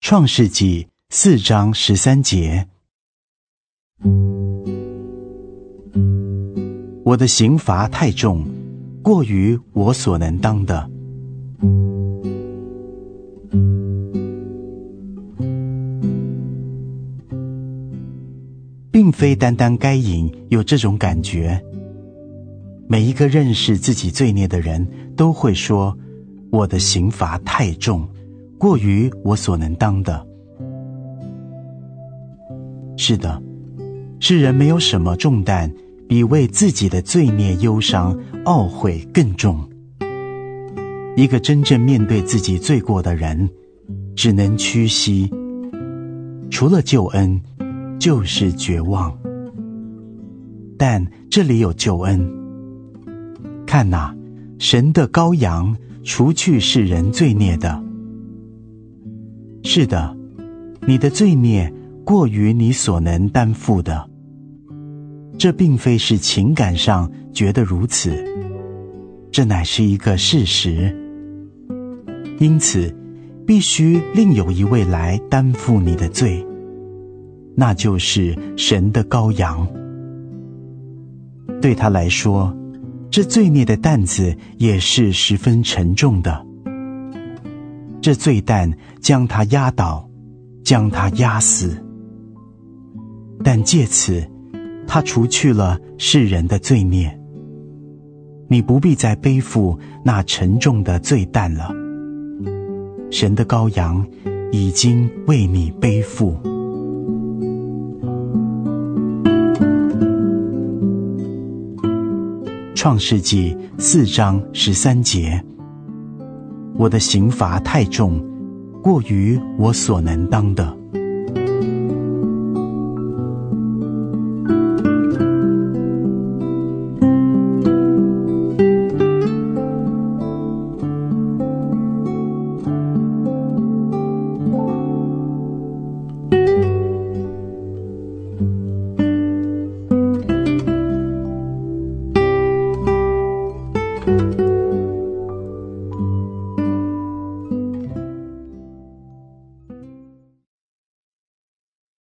创世纪4章13节，我的刑罚太重，过于我所能当的。并非单单该隐有这种感觉，每一个认识自己罪孽的人都会说，我的刑罚太重，过于我所能当的。是的，世人没有什么重担比为自己的罪孽忧伤懊悔更重。一个真正面对自己罪过的人，只能屈膝，除了救恩就是绝望。但这里有救恩，看哪，神的羔羊除去世人罪孽的。是的，你的罪孽过于你所能担负的。这并非是情感上觉得如此，这乃是一个事实。因此必须另有一位来担负你的罪，那就是神的羔羊。对他来说，这罪孽的担子也是十分沉重的。这罪担将他压倒，将他压死。但借此，他除去了世人的罪孽。你不必再背负那沉重的罪担了。神的羔羊已经为你背负。创世纪4章13节，我的刑罚太重，过于我所能当的。